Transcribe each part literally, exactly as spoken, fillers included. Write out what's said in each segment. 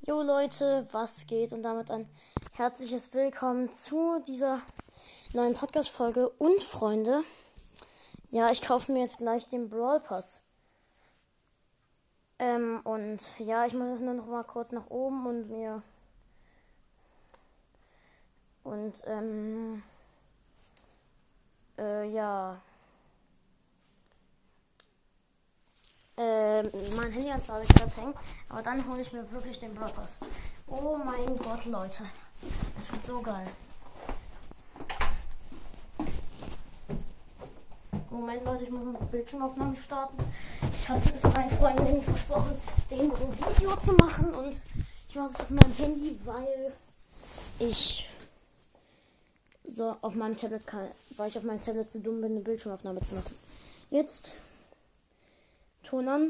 Jo Leute, was geht? Und damit ein herzliches Willkommen zu dieser neuen Podcast-Folge. Und Freunde, ja, ich kaufe mir jetzt gleich den Brawl Pass. Ähm, und ja, ich muss jetzt nur noch mal kurz nach oben und mir... Und, ähm... Äh, ja... Ähm, mein Handy ans Ladegerät hängen, aber dann hole ich mir wirklich den Brawl Pass. Oh mein Gott, Leute. Das wird so geil. Moment, Leute, ich muss eine Bildschirmaufnahme starten. Ich habe meinen Freunden versprochen, denen ein Video zu machen und ich mache es auf meinem Handy, weil ich so auf meinem Tablet kann, weil ich auf meinem Tablet zu dumm bin, eine Bildschirmaufnahme zu machen. Jetzt Ton an.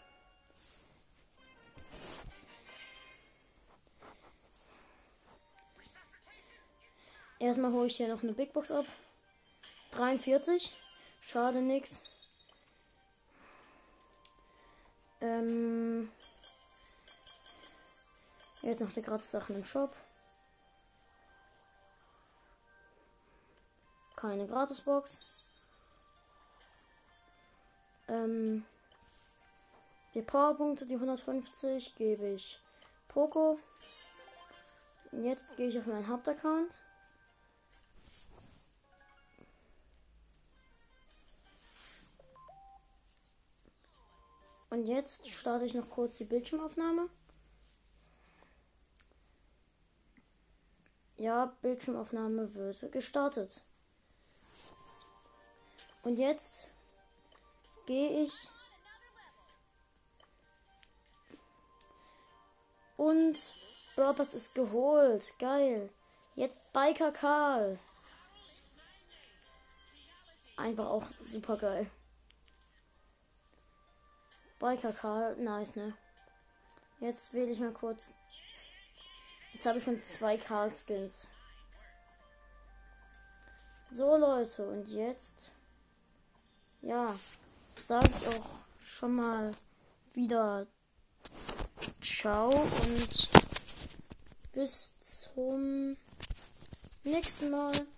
Erstmal hole ich hier noch eine Big Box ab. dreiundvierzig. Schade, nix. Ähm. Jetzt noch die gratis Sachen im Shop. Keine Gratisbox. Ähm. Die Powerpunkte, die hundertfünfzig, gebe ich Poco. Und jetzt gehe ich auf meinen Hauptaccount. Und jetzt starte ich noch kurz die Bildschirmaufnahme. Ja, Bildschirmaufnahme wird gestartet. Und jetzt gehe ich und Brawl Pass ist geholt. Geil. Jetzt Biker Karl. Einfach auch super geil. Biker Karl, nice, ne? Jetzt wähle ich mal kurz. Jetzt habe ich schon zwei Karl Skins. So Leute, und jetzt ja, sage ich auch schon mal wieder ciao und bis zum nächsten Mal.